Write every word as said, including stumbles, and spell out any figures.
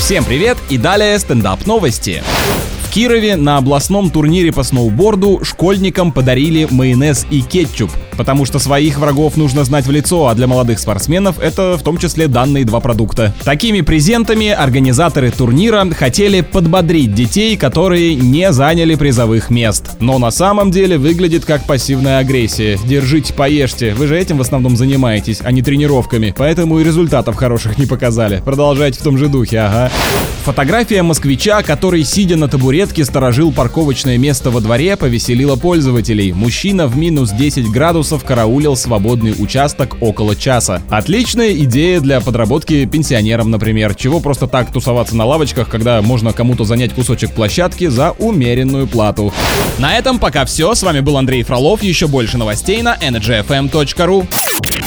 Всем привет и далее стендап новости. В Кирове на областном турнире по сноуборду школьникам подарили майонез и кетчуп, потому что своих врагов нужно знать в лицо, а для молодых спортсменов это в том числе данные два продукта. Такими презентами организаторы турнира хотели подбодрить детей, которые не заняли призовых мест. Но на самом деле выглядит как пассивная агрессия. Держите, поешьте, вы же этим в основном занимаетесь, а не тренировками, поэтому и результатов хороших не показали. Продолжайте в том же духе, ага. Фотография москвича, который, сидя на табуретке, сторожил парковочное место во дворе, повеселила пользователей. Мужчина в минус десять градусов караулил свободный участок около часа. Отличная идея для подработки пенсионерам, например. Чего просто так тусоваться на лавочках, когда можно кому-то занять кусочек площадки за умеренную плату. На этом пока все. С вами был Андрей Фролов. Еще больше новостей на энерджи эф эм точка ру.